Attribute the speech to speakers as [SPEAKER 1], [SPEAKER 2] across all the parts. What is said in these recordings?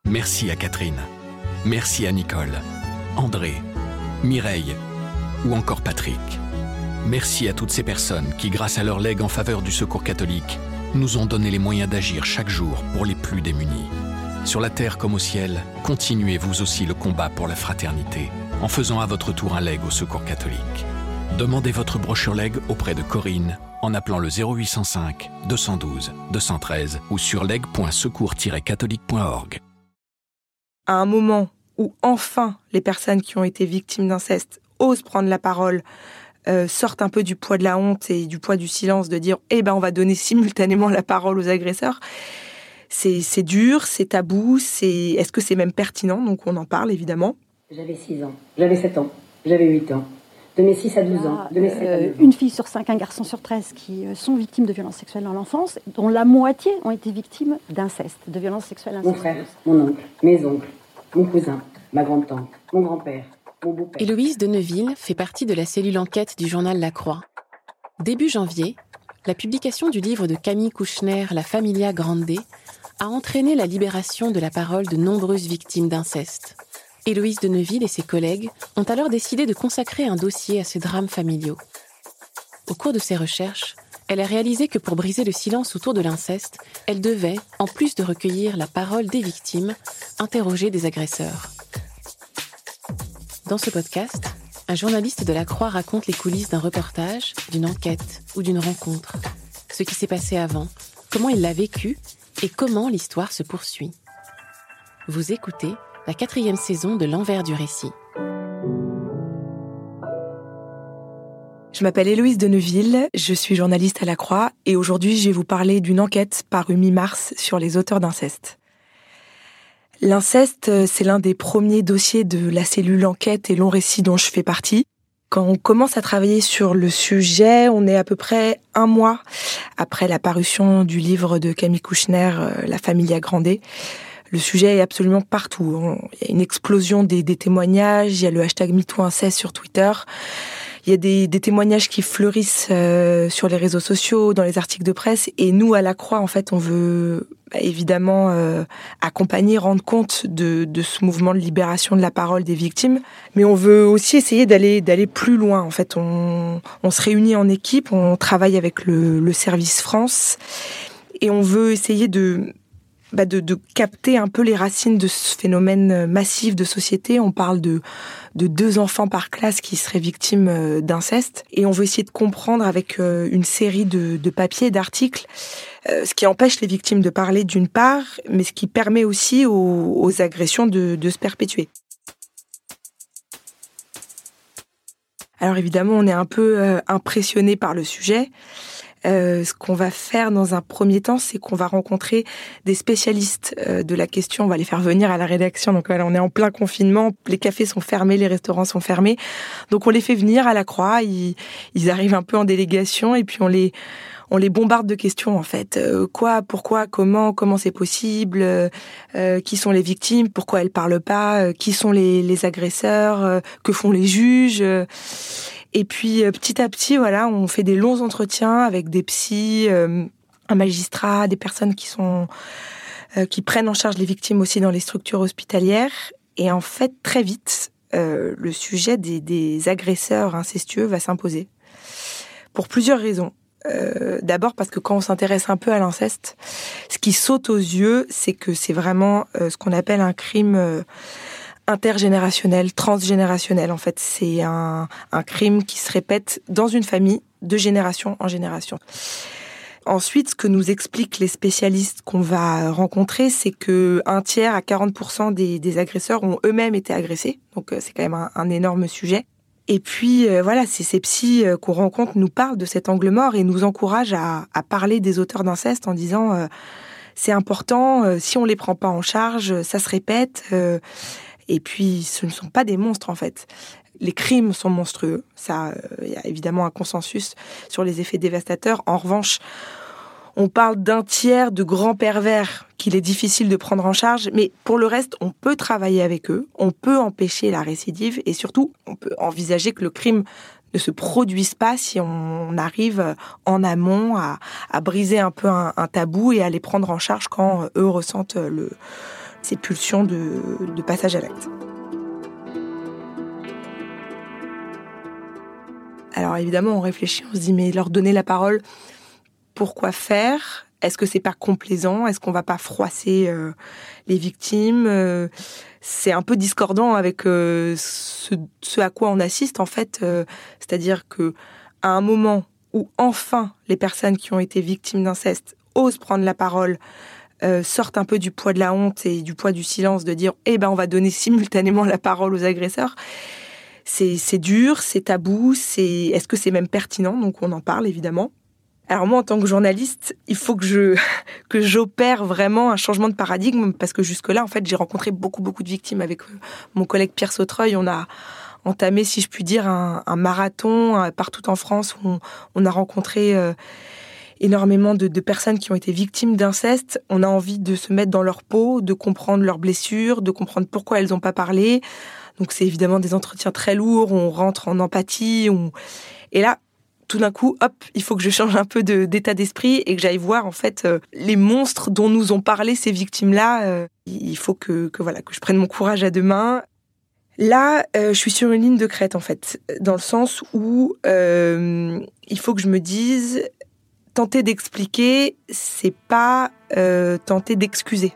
[SPEAKER 1] Merci à Catherine. Merci à Nicole, André, Mireille ou encore Patrick. Merci à toutes ces personnes qui, grâce à leur legs en faveur du Secours catholique, nous ont donné les moyens d'agir chaque jour pour les plus démunis. Sur la terre comme au ciel, continuez vous aussi le combat pour la fraternité en faisant à votre tour un leg au Secours catholique. Demandez votre brochure leg auprès de Corinne en appelant le 0805 212 213 ou sur leg.secours-catholique.org.
[SPEAKER 2] À un moment où enfin les personnes qui ont été victimes d'inceste osent prendre la parole, sortent un peu du poids de la honte et du poids du silence, de dire on va donner simultanément la parole aux agresseurs. C'est dur, c'est tabou, est-ce que c'est même pertinent? Donc on en parle évidemment.
[SPEAKER 3] J'avais 6 ans, j'avais 7 ans, j'avais 8 ans. De mes 6 à 12 ans, de mes 7 à 9 ans.
[SPEAKER 4] Une fille sur 5, un garçon sur 13 qui sont victimes de violences sexuelles dans l'enfance, dont la moitié ont été victimes d'inceste, de violences sexuelles incestueuses.
[SPEAKER 3] Mon frère, mon oncle, mes oncles, mon cousin, ma grande-tante, mon grand-père, mon beau-père.
[SPEAKER 5] Héloïse de Neuville fait partie de la cellule enquête du journal La Croix. Début janvier, la publication du livre de Camille Kouchner, La Familia Grande, a entraîné la libération de la parole de nombreuses victimes d'inceste. Héloïse de Neuville et ses collègues ont alors décidé de consacrer un dossier à ces drames familiaux. Au cours de ses recherches, elle a réalisé que pour briser le silence autour de l'inceste, elle devait, en plus de recueillir la parole des victimes, interroger des agresseurs. Dans ce podcast, un journaliste de La Croix raconte les coulisses d'un reportage, d'une enquête ou d'une rencontre. Ce qui s'est passé avant, comment il l'a vécu et comment l'histoire se poursuit. Vous écoutez la 4e saison de L'Envers du récit.
[SPEAKER 2] Je m'appelle Héloïse de Neuville, je suis journaliste à La Croix et aujourd'hui je vais vous parler d'une enquête parue mi-mars sur les auteurs d'inceste. L'inceste, c'est l'un des premiers dossiers de la cellule enquête et long récit dont je fais partie. Quand on commence à travailler sur le sujet, on est à peu près 1 mois après la parution du livre de Camille Kouchner, La Familia Grande. Le sujet est absolument partout. Il y a une explosion des témoignages, il y a le hashtag #MeTooInceste sur Twitter. Il y a des témoignages qui fleurissent sur les réseaux sociaux, dans les articles de presse. Et nous, à La Croix, en fait, on veut évidemment accompagner, rendre compte de ce mouvement de libération de la parole des victimes. Mais on veut aussi essayer d'aller plus loin. En fait, on se réunit en équipe, on travaille avec le Service France. Et on veut essayer de capter un peu les racines de ce phénomène massif de société. On parle de 2 enfants par classe qui seraient victimes d'inceste. Et on veut essayer de comprendre avec une série de papiers, d'articles, ce qui empêche les victimes de parler d'une part, mais ce qui permet aussi aux agressions de se perpétuer. Alors évidemment, on est un peu impressionné par le sujet. Ce qu'on va faire dans un premier temps, c'est qu'on va rencontrer des spécialistes de la question. On va les faire venir à la rédaction. Donc voilà, on est en plein confinement, les cafés sont fermés, les restaurants sont fermés. Donc on les fait venir à La Croix. Ils arrivent un peu en délégation et puis on les bombarde de questions en fait. Quoi, pourquoi, comment c'est possible, qui sont les victimes, pourquoi elles parlent pas, qui sont les agresseurs, que font les juges. Et puis petit à petit, voilà, on fait des longs entretiens avec des psys, un magistrat, des personnes qui prennent en charge les victimes aussi dans les structures hospitalières. Et en fait, très vite, le sujet des agresseurs incestueux va s'imposer. Pour plusieurs raisons. D'abord parce que quand on s'intéresse un peu à l'inceste, ce qui saute aux yeux, c'est que c'est vraiment ce qu'on appelle un crime intergénérationnel, transgénérationnel. En fait, c'est un crime qui se répète dans une famille de génération en génération. Ensuite, ce que nous expliquent les spécialistes qu'on va rencontrer, c'est que 1 tiers à 40% des agresseurs ont eux-mêmes été agressés. Donc, c'est quand même un énorme sujet. Et puis, voilà, ces psys qu'on rencontre nous parlent de cet angle mort et nous encouragent à parler des auteurs d'inceste en disant c'est important, si on les prend pas en charge, ça se répète. Et puis, ce ne sont pas des monstres, en fait. Les crimes sont monstrueux. Ça, il y a évidemment un consensus sur les effets dévastateurs. En revanche, on parle d'1 tiers de grands pervers qu'il est difficile de prendre en charge. Mais pour le reste, on peut travailler avec eux. On peut empêcher la récidive. Et surtout, on peut envisager que le crime ne se produise pas si on arrive en amont à briser un peu un tabou et à les prendre en charge quand eux ressentent pulsions de passage à l'acte. Alors évidemment, on réfléchit, on se dit, mais leur donner la parole, pourquoi faire ? Est-ce que c'est pas complaisant ? Est-ce qu'on va pas froisser les victimes ? C'est un peu discordant avec ce à quoi on assiste, en fait. C'est-à-dire que à un moment où enfin les personnes qui ont été victimes d'inceste osent prendre la parole, sortent un peu du poids de la honte et du poids du silence, de dire on va donner simultanément la parole aux agresseurs. C'est dur, c'est tabou, est-ce que c'est même pertinent ? Donc on en parle évidemment. Alors moi, en tant que journaliste, il faut que j'opère vraiment un changement de paradigme, parce que jusque-là, en fait, j'ai rencontré beaucoup de victimes avec mon collègue Pierre Sautreuil. On a entamé, si je puis dire, un marathon partout en France où on a rencontré énormément de personnes qui ont été victimes d'inceste. On a envie de se mettre dans leur peau, de comprendre leurs blessures, de comprendre pourquoi elles n'ont pas parlé. Donc c'est évidemment des entretiens très lourds, on rentre en empathie. Et là, tout d'un coup, hop, il faut que je change un peu d'état d'esprit et que j'aille voir en fait les monstres dont nous ont parlé ces victimes-là. Il faut que je prenne mon courage à deux mains. Là, je suis sur une ligne de crête en fait, dans le sens où il faut que je me dise, tenter d'expliquer, c'est pas tenter d'excuser.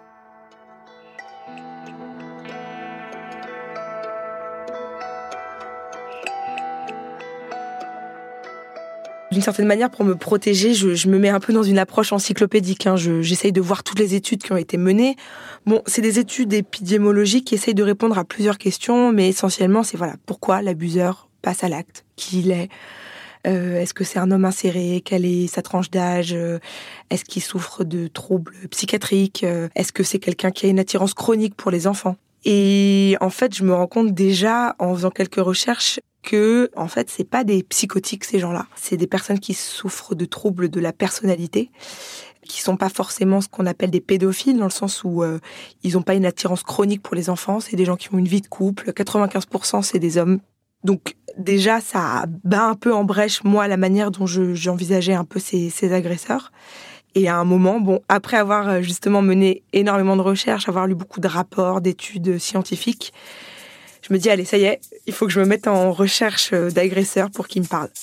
[SPEAKER 2] D'une certaine manière, pour me protéger, je me mets un peu dans une approche encyclopédique. J'essaye de voir toutes les études qui ont été menées. Bon, c'est des études épidémiologiques qui essayent de répondre à plusieurs questions, mais essentiellement, c'est pourquoi l'abuseur passe à l'acte, qui il est, est-ce que c'est un homme inséré, quelle est sa tranche d'âge, est-ce qu'il souffre de troubles psychiatriques, est-ce que c'est quelqu'un qui a une attirance chronique pour les enfants. Et en fait, je me rends compte déjà, en faisant quelques recherches, que, en fait, c'est pas des psychotiques, ces gens-là. C'est des personnes qui souffrent de troubles de la personnalité, qui sont pas forcément ce qu'on appelle des pédophiles, dans le sens où ils ont pas une attirance chronique pour les enfants. C'est des gens qui ont une vie de couple. 95%, c'est des hommes. Donc, déjà, ça bat un peu en brèche, moi, la manière dont j'envisageais un peu ces agresseurs. Et à un moment, après avoir justement mené énormément de recherches, avoir lu beaucoup de rapports, d'études scientifiques, je me dis, allez, ça y est, il faut que je me mette en recherche d'agresseurs pour qu'ils me parlent.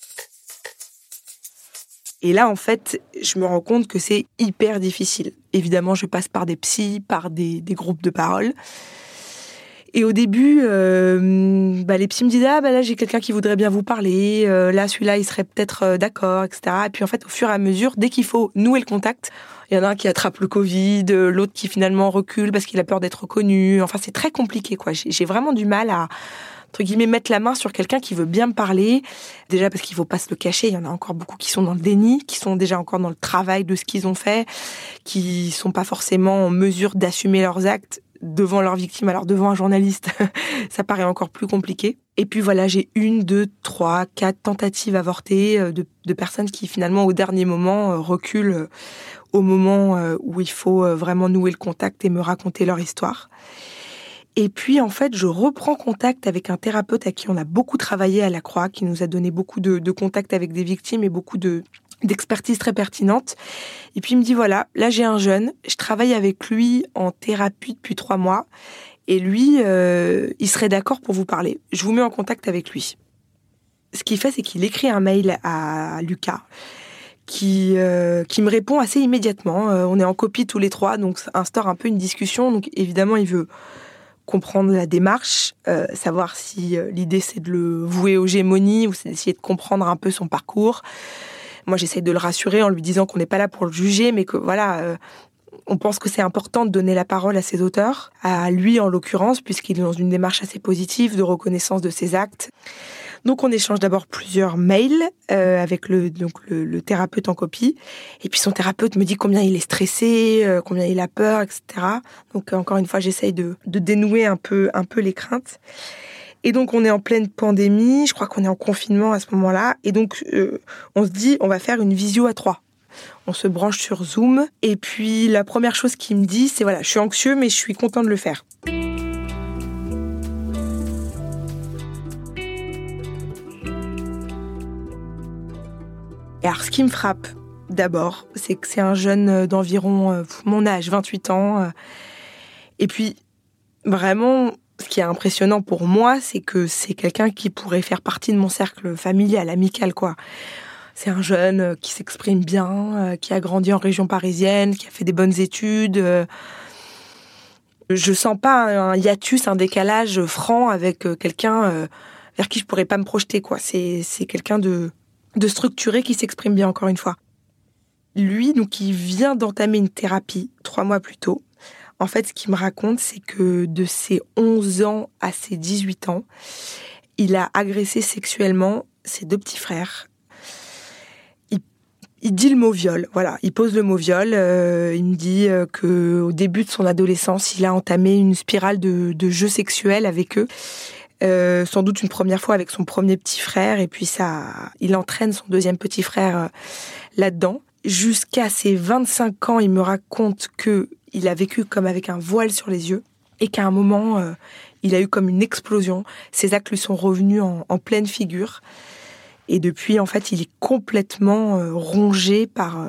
[SPEAKER 2] Et là, en fait, je me rends compte que c'est hyper difficile. Évidemment, je passe par des psys, par des groupes de parole. Et au début, les psys me disaient, là, j'ai quelqu'un qui voudrait bien vous parler, là, celui-là, il serait peut-être d'accord, etc. Et puis, en fait, au fur et à mesure, dès qu'il faut nouer le contact, il y en a un qui attrape le Covid, l'autre qui finalement recule parce qu'il a peur d'être reconnu. Enfin, c'est très compliqué, quoi. J'ai vraiment du mal à, entre guillemets, mettre la main sur quelqu'un qui veut bien me parler. Déjà parce qu'il faut pas se le cacher, il y en a encore beaucoup qui sont dans le déni, qui sont déjà encore dans le travail de ce qu'ils ont fait, qui sont pas forcément en mesure d'assumer leurs actes devant leur victime. Alors devant un journaliste, ça paraît encore plus compliqué. Et puis voilà, j'ai 1, 2, 3, 4 tentatives avortées de personnes qui finalement au dernier moment reculent au moment où il faut vraiment nouer le contact et me raconter leur histoire. Et puis en fait, je reprends contact avec un thérapeute à qui on a beaucoup travaillé à la Croix, qui nous a donné beaucoup de contacts avec des victimes et beaucoup d'expertise très pertinente. Et puis il me dit, voilà, là j'ai un jeune, je travaille avec lui en thérapie depuis 3 mois, et lui, il serait d'accord pour vous parler. Je vous mets en contact avec lui. Ce qu'il fait, c'est qu'il écrit un mail à Lucas, qui me répond assez immédiatement. On est en copie tous les 3, donc ça instaure un peu une discussion. Donc évidemment, il veut comprendre la démarche, savoir si l'idée c'est de le vouer aux gémonies ou c'est d'essayer de comprendre un peu son parcours. Moi, j'essaie de le rassurer en lui disant qu'on n'est pas là pour le juger, mais que voilà, on pense que c'est important de donner la parole à ses auteurs, à lui en l'occurrence, puisqu'il est dans une démarche assez positive de reconnaissance de ses actes. Donc on échange d'abord plusieurs mails avec le thérapeute en copie. Et puis son thérapeute me dit combien il est stressé, combien il a peur, etc. Donc encore une fois, j'essaye de dénouer un peu les craintes. Et donc on est en pleine pandémie, je crois qu'on est en confinement à ce moment-là. Et donc on se dit on va faire une visio à 3. On se branche sur Zoom. Et puis la première chose qu'il me dit, c'est voilà, je suis anxieux mais je suis content de le faire. Et alors, ce qui me frappe, d'abord, c'est que c'est un jeune d'environ mon âge, 28 ans. Et puis, vraiment, ce qui est impressionnant pour moi, c'est que c'est quelqu'un qui pourrait faire partie de mon cercle familial, amical, quoi. C'est un jeune qui s'exprime bien, qui a grandi en région parisienne, qui a fait des bonnes études. Je sens pas un hiatus, un décalage franc avec quelqu'un vers qui je pourrais pas me projeter, quoi. C'est quelqu'un de structuré qui s'exprime bien, encore une fois. Lui, donc, il vient d'entamer une thérapie 3 mois plus tôt. En fait, ce qu'il me raconte, c'est que de ses 11 ans à ses 18 ans, il a agressé sexuellement ses 2 petits frères. Il dit le mot viol, voilà. Il pose le mot viol. Il me dit que au début de son adolescence, il a entamé une spirale de jeux sexuels avec eux. Sans doute une première fois avec son premier petit frère, et puis il entraîne son 2e petit frère là-dedans. Jusqu'à ses 25 ans, il me raconte qu'il a vécu comme avec un voile sur les yeux, et qu'à un moment, il a eu comme une explosion. Ses actes lui sont revenus en pleine figure. Et depuis, en fait, il est complètement rongé par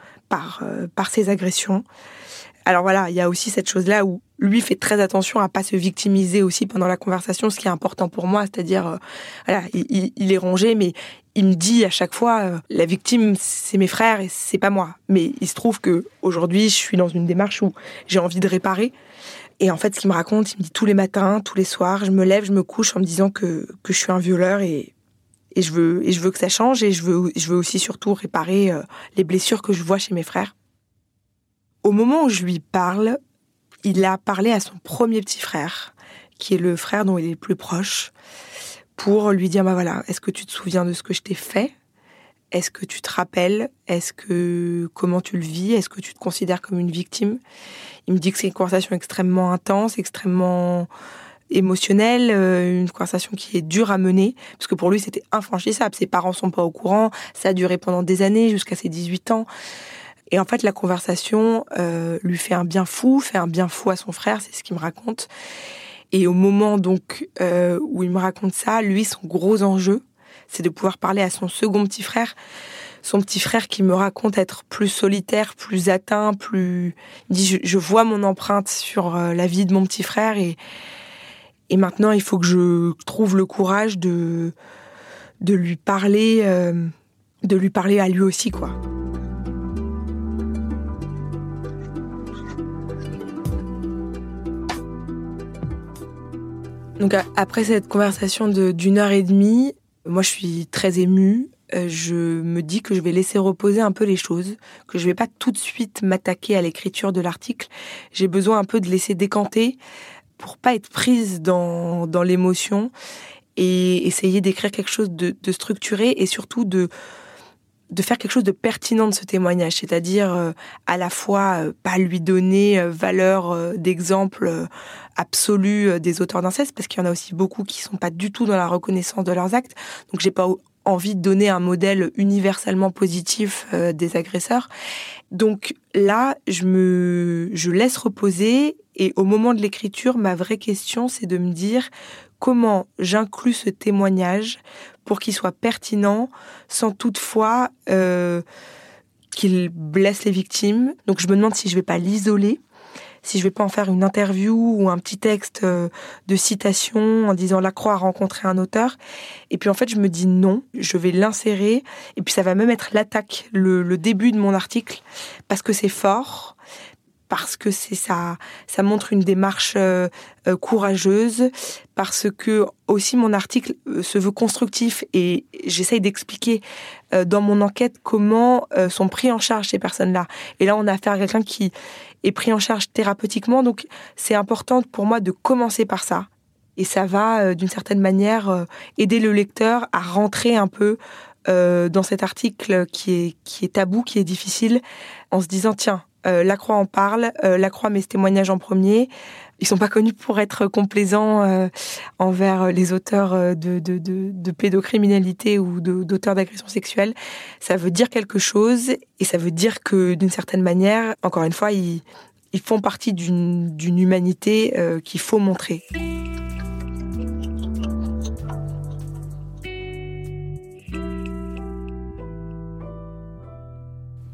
[SPEAKER 2] ses agressions. Alors voilà, il y a aussi cette chose-là où lui fait très attention à pas se victimiser aussi pendant la conversation, ce qui est important pour moi, c'est-à-dire, voilà, il est rongé, mais il me dit à chaque fois, la victime, c'est mes frères et c'est pas moi. Mais il se trouve que aujourd'hui, je suis dans une démarche où j'ai envie de réparer. Et en fait, ce qu'il me raconte, il me dit tous les matins, tous les soirs, je me lève, je me couche en me disant que je suis un violeur et je veux que ça change, et je veux aussi surtout réparer les blessures que je vois chez mes frères. Au moment où je lui parle, il a parlé à son premier petit frère, qui est le frère dont il est le plus proche, pour lui dire, voilà, est-ce que tu te souviens de ce que je t'ai fait ? Est-ce que tu te rappelles ? Comment tu le vis ? Est-ce que tu te considères comme une victime ? Il me dit que c'est une conversation extrêmement intense, extrêmement émotionnelle, une conversation qui est dure à mener, parce que pour lui, c'était infranchissable. Ses parents sont pas au courant, ça a duré pendant des années, jusqu'à ses 18 ans. Et en fait, la conversation lui fait un bien fou à son frère, c'est ce qu'il me raconte. Et au moment donc où il me raconte ça, lui, son gros enjeu, c'est de pouvoir parler à son second petit frère. Son petit frère qui me raconte être plus solitaire, plus atteint, il dit, je vois mon empreinte sur la vie de mon petit frère, et maintenant, il faut que je trouve le courage de lui parler à lui aussi, quoi. Donc après cette conversation d'1 heure et demie, moi je suis très émue. Je me dis que je vais laisser reposer un peu les choses, que je vais pas tout de suite m'attaquer à l'écriture de l'article. J'ai besoin un peu de laisser décanter pour pas être prise dans l'émotion, et essayer d'écrire quelque chose de structuré, et surtout de faire quelque chose de pertinent de ce témoignage, c'est-à-dire à la fois pas lui donner valeur d'exemple absolu des auteurs d'inceste, parce qu'il y en a aussi beaucoup qui sont pas du tout dans la reconnaissance de leurs actes, donc j'ai pas envie de donner un modèle universellement positif des agresseurs. Donc là, je laisse reposer, et au moment de l'écriture, ma vraie question, c'est de me dire comment j'inclus ce témoignage pour qu'il soit pertinent, sans toutefois qu'il blesse les victimes. Donc je me demande si je vais pas l'isoler, si je vais pas en faire une interview ou un petit texte de citation en disant La Croix a rencontré un auteur. Et puis en fait, je me dis non, je vais l'insérer, et puis ça va même être l'attaque, le début de mon article, parce que c'est fort, parce que ça montre une démarche courageuse, parce que aussi mon article se veut constructif, et j'essaye d'expliquer dans mon enquête comment sont pris en charge ces personnes-là. Et là, on a affaire à quelqu'un qui est pris en charge thérapeutiquement, donc c'est important pour moi de commencer par ça. Et ça va, d'une certaine manière, aider le lecteur à rentrer un peu dans cet article qui est tabou, qui est difficile, en se disant, tiens, La Croix en parle, La Croix met ce témoignage en premier. Ils sont pas connus pour être complaisants envers les auteurs de pédocriminalité ou d'auteurs d'agression sexuelle. Ça veut dire quelque chose, et ça veut dire que, d'une certaine manière, encore une fois, ils font partie d'une humanité qu'il faut montrer.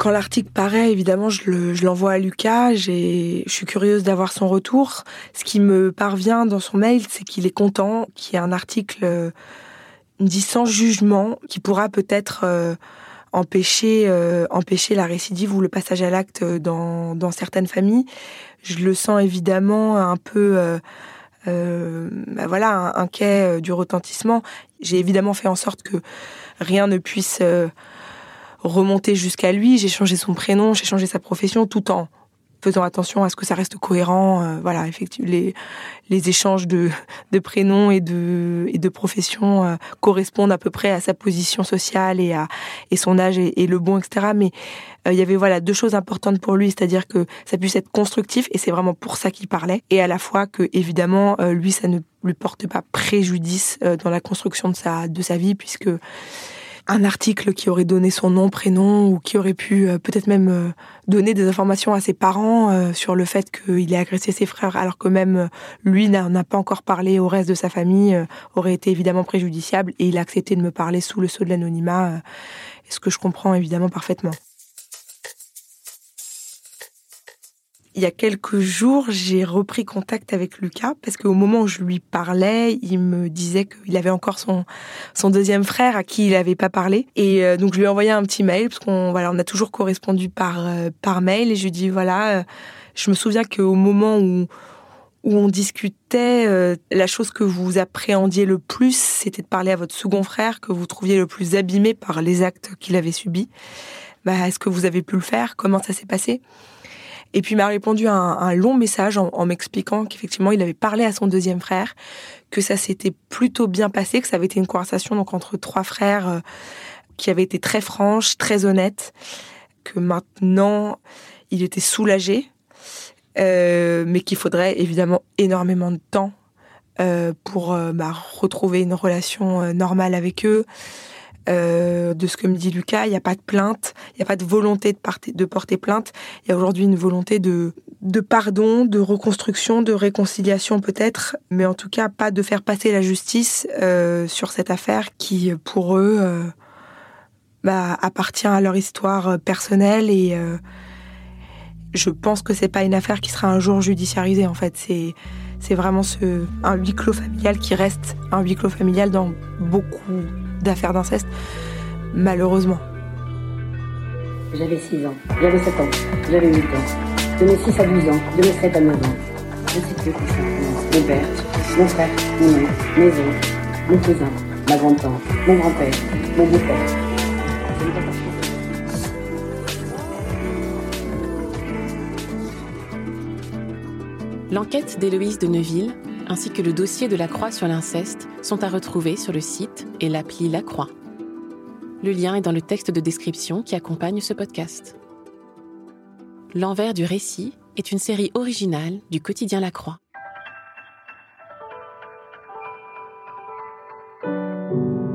[SPEAKER 2] Quand l'article paraît, évidemment, je l'envoie à Lucas. Je suis curieuse d'avoir son retour. Ce qui me parvient dans son mail, c'est qu'il est content qu'il y ait un article, il me dit sans jugement, qui pourra peut-être empêcher la récidive ou le passage à l'acte dans certaines familles. Je le sens évidemment un peu inquiet du retentissement. J'ai évidemment fait en sorte que rien ne puisse remonter jusqu'à lui. J'ai changé son prénom, j'ai changé sa profession, tout en faisant attention à ce que ça reste cohérent. Effectivement, les échanges de prénoms et de professions correspondent à peu près à sa position sociale et son âge et le bon, etc. Mais il y avait 2 choses importantes pour lui, c'est-à-dire que ça puisse être constructif, et c'est vraiment pour ça qu'il parlait, et à la fois que, évidemment, lui, ça ne lui porte pas préjudice dans la construction de sa vie, puisque un article qui aurait donné son nom, prénom, ou qui aurait pu peut-être même donner des informations à ses parents sur le fait qu'il ait agressé ses frères, alors que même lui n'a pas encore parlé au reste de sa famille, aurait été évidemment préjudiciable, et il a accepté de me parler sous le sceau de l'anonymat, ce que je comprends évidemment parfaitement. Il y a quelques jours, j'ai repris contact avec Lucas parce qu'au moment où je lui parlais, il me disait qu'il avait encore son deuxième frère à qui il n'avait pas parlé. Et donc je lui ai envoyé un petit mail parce qu'on a toujours correspondu par mail, et je lui ai dit je me souviens qu'au moment où on discutait, la chose que vous appréhendiez le plus, c'était de parler à votre second frère, que vous trouviez le plus abîmé par les actes qu'il avait subis. Est-ce que vous avez pu le faire ? Comment ça s'est passé ? Et puis il m'a répondu un long message en m'expliquant qu'effectivement il avait parlé à son deuxième frère, que ça s'était plutôt bien passé, que ça avait été une conversation donc entre 3 frères qui avait été très franche, très honnête, que maintenant il était soulagé, mais qu'il faudrait évidemment énormément de temps pour retrouver une relation normale avec eux. De ce que me dit Lucas, il n'y a pas de plainte, il n'y a pas de volonté de porter plainte. Il y a aujourd'hui une volonté de pardon, de reconstruction, de réconciliation peut-être, mais en tout cas pas de faire passer la justice sur cette affaire qui, pour eux, appartient à leur histoire personnelle, et je pense que c'est pas une affaire qui sera un jour judiciarisée. En fait, c'est vraiment un huis clos familial qui reste un huis clos familial dans beaucoup d'affaires d'inceste, malheureusement.
[SPEAKER 3] J'avais 6 ans, j'avais 7 ans, j'avais 8 ans, de mes 6 à 12 ans, de mes 7 à 9 ans. Je ne sais plus qui c'est. Mon père, mon frère, mon oncle, mes oncles, mon cousin, ma grande-tante, mon grand-père, mon beau-père.
[SPEAKER 5] L'enquête d'Héloïse de Neuville, ainsi que le dossier de la Croix sur l'inceste, sont à retrouver sur le site et l'appli La Croix. Le lien est dans le texte de description qui accompagne ce podcast. L'envers du récit est une série originale du quotidien La Croix.